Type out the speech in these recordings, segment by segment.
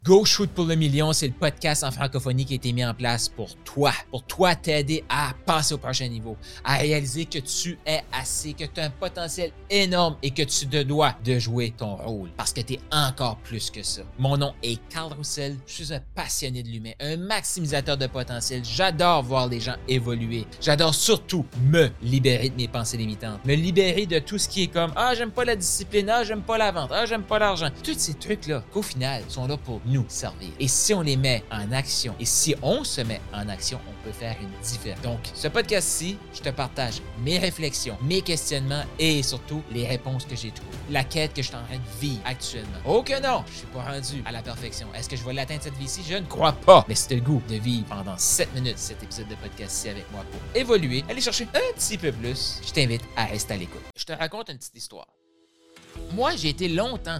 Go Shoot pour le million, c'est le podcast en francophonie qui a été mis en place pour toi t'aider à passer au prochain niveau, à réaliser que tu es assez, que tu as un potentiel énorme et que tu te dois de jouer ton rôle parce que tu es encore plus que ça. Mon nom est Carl Roussel, je suis un passionné de l'humain, un maximisateur de potentiel, j'adore voir les gens évoluer, j'adore surtout me libérer de mes pensées limitantes, me libérer de tout ce qui est comme « Ah, j'aime pas la discipline, ah, j'aime pas la vente, ah, j'aime pas l'argent », tous ces trucs-là qu'au final sont là pour nous servir. Et si on les met en action, et si on se met en action, on peut faire une différence. Donc, ce podcast-ci, je te partage mes réflexions, mes questionnements et surtout les réponses que j'ai trouvées. La quête que je suis en train de vivre actuellement. Oh que non, je suis pas rendu à la perfection. Est-ce que je vais l'atteindre cette vie-ci? Je ne crois pas. Mais c'est le goût de vivre pendant 7 minutes cet épisode de podcast-ci avec moi pour évoluer, aller chercher un petit peu plus. Je t'invite à rester à l'écoute. Je te raconte une petite histoire. Moi, j'ai été longtemps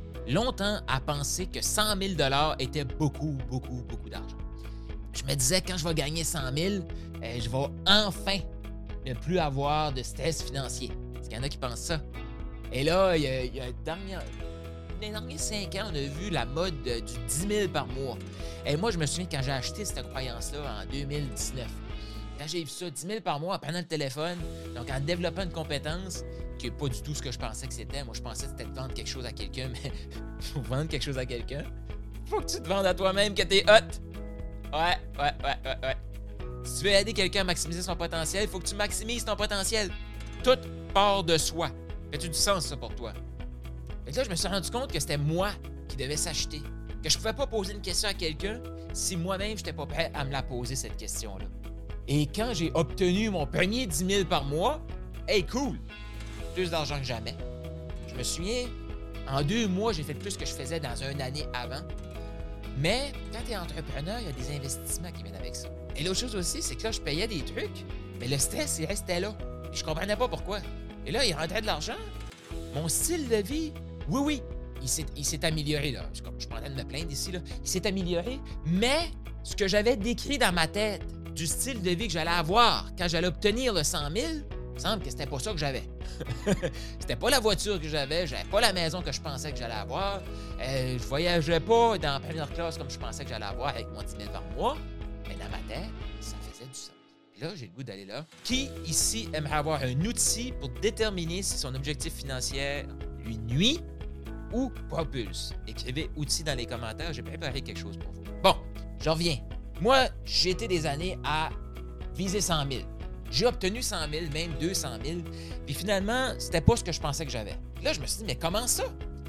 à penser que 100 000 $ était beaucoup d'argent. Je me disais, quand je vais gagner 100 000, je vais enfin ne plus avoir de stress financier. Parce qu'il y en a qui pensent ça. Et là, il y a les derniers 5 ans, on a vu la mode du 10 000 par mois. Et moi, je me souviens quand j'ai acheté cette croyance-là en 2019. Quand j'ai vu ça, 10 000 par mois en prenant le téléphone, donc en développant une compétence qui n'est pas du tout ce que je pensais que c'était. Moi, je pensais que c'était de vendre quelque chose à quelqu'un, mais pour vendre quelque chose à quelqu'un, faut que tu te vendes à toi-même que t'es hot. Ouais. Si tu veux aider quelqu'un à maximiser son potentiel, il faut que tu maximises ton potentiel. Tout part de soi. Fais-tu du sens, ça, pour toi? Et là, je me suis rendu compte que c'était moi qui devais s'acheter. Que je pouvais pas poser une question à quelqu'un si moi-même, je n'étais pas prêt à me la poser, cette question-là. Et quand j'ai obtenu mon premier 10 000 par mois, hey, cool! Plus d'argent que jamais. Je me souviens, en 2 mois, j'ai fait plus que je faisais dans une année avant. Mais quand tu es entrepreneur, il y a des investissements qui viennent avec ça. Et l'autre chose aussi, c'est que là, je payais des trucs, mais le stress, il restait là. Et je comprenais pas pourquoi. Et là, il rentrait de l'argent. Mon style de vie, oui, il s'est amélioré, là. Je suis pas en train de me plaindre ici, là. Il s'est amélioré, mais ce que j'avais décrit dans ma tête du style de vie que j'allais avoir quand j'allais obtenir le 100 000, il semble que c'était pas ça que j'avais. C'était pas la voiture que j'avais pas la maison que je pensais que j'allais avoir. Je voyageais pas dans la première classe comme je pensais que j'allais avoir avec mon 10 000 par mois. Mais dans ma tête, ça faisait du sens. Puis là, j'ai le goût d'aller là. Qui ici aimerait avoir un outil pour déterminer si son objectif financier lui nuit ou propulse? Écrivez outil dans les commentaires, j'ai préparé quelque chose pour vous. Bon, je reviens. Moi, j'ai été des années à viser 100 000. J'ai obtenu 100 000, même 200 000. Puis finalement, c'était pas ce que je pensais que j'avais. Là, je me suis dit, mais comment ça?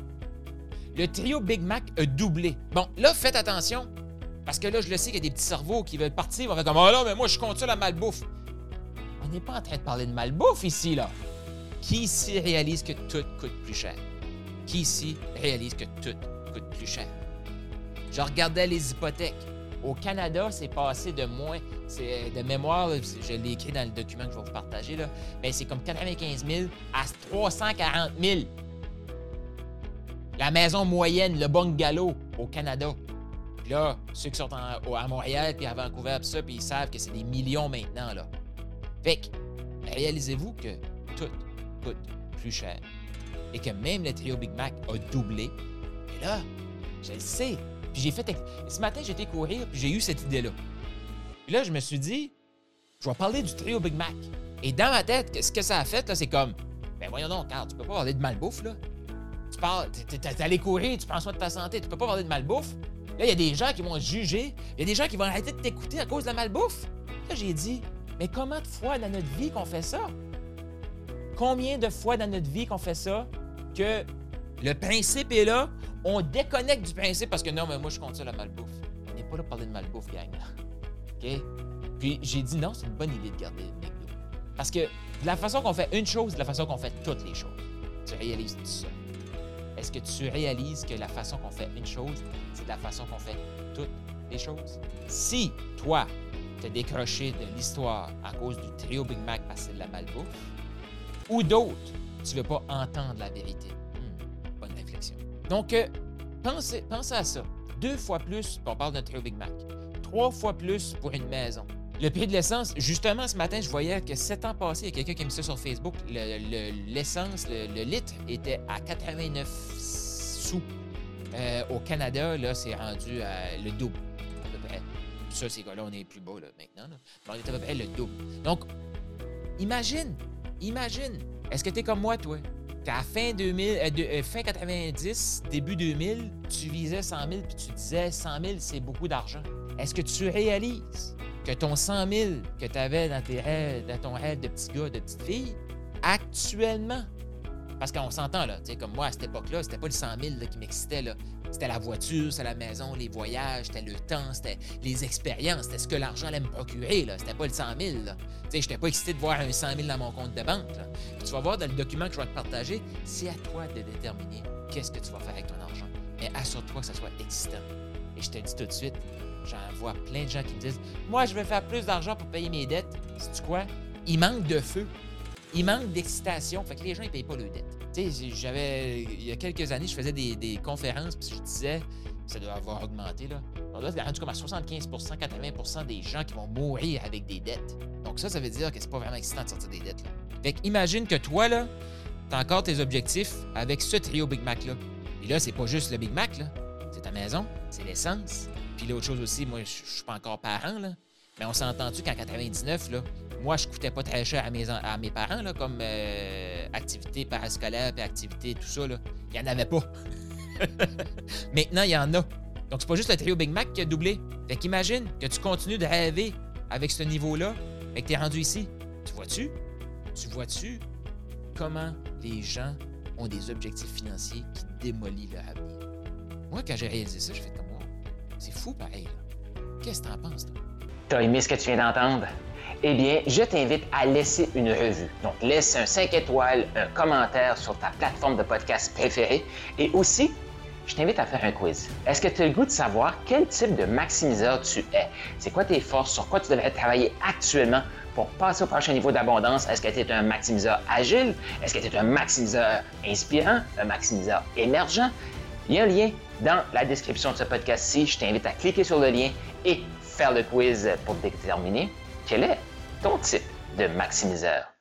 Le trio Big Mac a doublé. Bon, là, faites attention. Parce que là, je le sais qu'il y a des petits cerveaux qui veulent partir. Ils vont faire comme, oh là, mais moi, je compte ça la malbouffe. On n'est pas en train de parler de malbouffe ici, là. Qui ici réalise que tout coûte plus cher? Qui ici réalise que tout coûte plus cher? Je regardais les hypothèques. Au Canada, c'est passé de moins, c'est de mémoire, là, je l'ai écrit dans le document que je vais vous partager, là, mais c'est comme 95 000 à 340 000. La maison moyenne, le bungalow au Canada. Puis là, ceux qui sont à Montréal puis à Vancouver, puis ça, puis ils savent que c'est des millions maintenant, là. Fait que, réalisez-vous que tout coûte plus cher. Et que même le trio Big Mac a doublé. Et là, je le sais. Puis ce matin, j'ai été courir, puis j'ai eu cette idée-là. Puis là, je me suis dit, je vais parler du trio Big Mac. Et dans ma tête, ce que ça a fait, là, c'est comme, ben voyons donc, Carl, tu peux pas parler de malbouffe, là. T'es allé courir, tu prends soin de ta santé, tu peux pas parler de malbouffe. Là, il y a des gens qui vont se juger, il y a des gens qui vont arrêter de t'écouter à cause de la malbouffe. Là, j'ai dit, mais combien de fois dans notre vie qu'on fait ça? Combien de fois dans notre vie qu'on fait ça que le principe est là, on déconnecte du principe parce que non, mais moi, je compte ça la malbouffe. On n'est pas là pour parler de malbouffe, gang. OK? Puis j'ai dit non, c'est une bonne idée de garder le McDo. Parce que de la façon qu'on fait une chose, de la façon qu'on fait toutes les choses. Tu réalises tout ça? Est-ce que tu réalises que la façon qu'on fait une chose, c'est de la façon qu'on fait toutes les choses? Si toi, t'es décroché de l'histoire à cause du trio Big Mac parce que c'est de la malbouffe, ou d'autres, tu veux pas entendre la vérité. Bonne réflexion. Donc, pensez à ça. 2 fois plus, on parle d'un trio Big Mac. 3 fois plus pour une maison. Le prix de l'essence, justement, ce matin, je voyais que 7 ans passés, il y a quelqu'un qui a mis ça sur Facebook, l'essence, le litre était à 89 sous. Au Canada, là, c'est rendu le double, à peu près. Ça, ces gars-là, on est plus bas là, maintenant. Là. Mais on est à peu près le double. Donc, imagine, est-ce que tu es comme moi, toi? Qu'à fin 90, début 2000, tu visais 100 000 puis tu disais 100 000, c'est beaucoup d'argent. Est-ce que tu réalises que ton 100 000 que tu avais dans ton rêve de petit gars, de petite fille, actuellement, parce qu'on s'entend, là, tu sais, comme moi, à cette époque-là, c'était pas le 100 000 là, qui m'excitait, là. C'était la voiture, c'était la maison, les voyages, c'était le temps, c'était les expériences, c'était ce que l'argent allait me procurer, là. C'était pas le 100 000, là. Tu sais, j'étais pas excité de voir un 100 000 dans mon compte de banque, là. Puis tu vas voir dans le document que je vais te partager, c'est à toi de déterminer qu'est-ce que tu vas faire avec ton argent. Mais assure-toi que ça soit excitant. Et je te dis tout de suite, j'en vois plein de gens qui me disent « Moi, je vais faire plus d'argent pour payer mes dettes. » Sais-tu quoi? Il manque de feu. Il manque d'excitation. Fait que les gens, ils payent pas leurs dettes. Tu sais, il y a quelques années, je faisais des conférences, puis je disais, ça doit avoir augmenté, là. On doit être rendu comme à 75 80 des gens qui vont mourir avec des dettes. Donc ça veut dire que c'est pas vraiment excitant de sortir des dettes, là. Fait que imagine que toi, là, t'as encore tes objectifs avec ce trio Big Mac, là. Et là, c'est pas juste le Big Mac, là. C'est ta maison, c'est l'essence. Puis l'autre chose aussi, moi, je suis pas encore parent, là. Mais on s'est entendu qu'en 99, là, moi, je coûtais pas très cher à mes parents, là, comme activité parascolaire et activité, tout ça. Là. Il n'y en avait pas. Maintenant, il y en a. Donc, c'est pas juste le trio Big Mac qui a doublé. Fait qu'imagine que tu continues de rêver avec ce niveau-là et que tu es rendu ici. Tu vois-tu? Tu vois-tu comment les gens ont des objectifs financiers qui démolissent leur avenir? Moi, quand j'ai réalisé ça, je fais comme moi. C'est fou pareil, là. Qu'est-ce que t'en penses, toi? T'as aimé ce que tu viens d'entendre? Eh bien, je t'invite à laisser une revue. Donc, laisse un 5 étoiles, un commentaire sur ta plateforme de podcast préférée. Et aussi, je t'invite à faire un quiz. Est-ce que tu as le goût de savoir quel type de maximiseur tu es? C'est quoi tes forces? Sur quoi tu devrais travailler actuellement pour passer au prochain niveau d'abondance? Est-ce que tu es un maximiseur agile? Est-ce que tu es un maximiseur inspirant? Un maximiseur émergent? Il y a un lien dans la description de ce podcast-ci. Je t'invite à cliquer sur le lien et faire le quiz pour déterminer quel est ton type de maximiseur.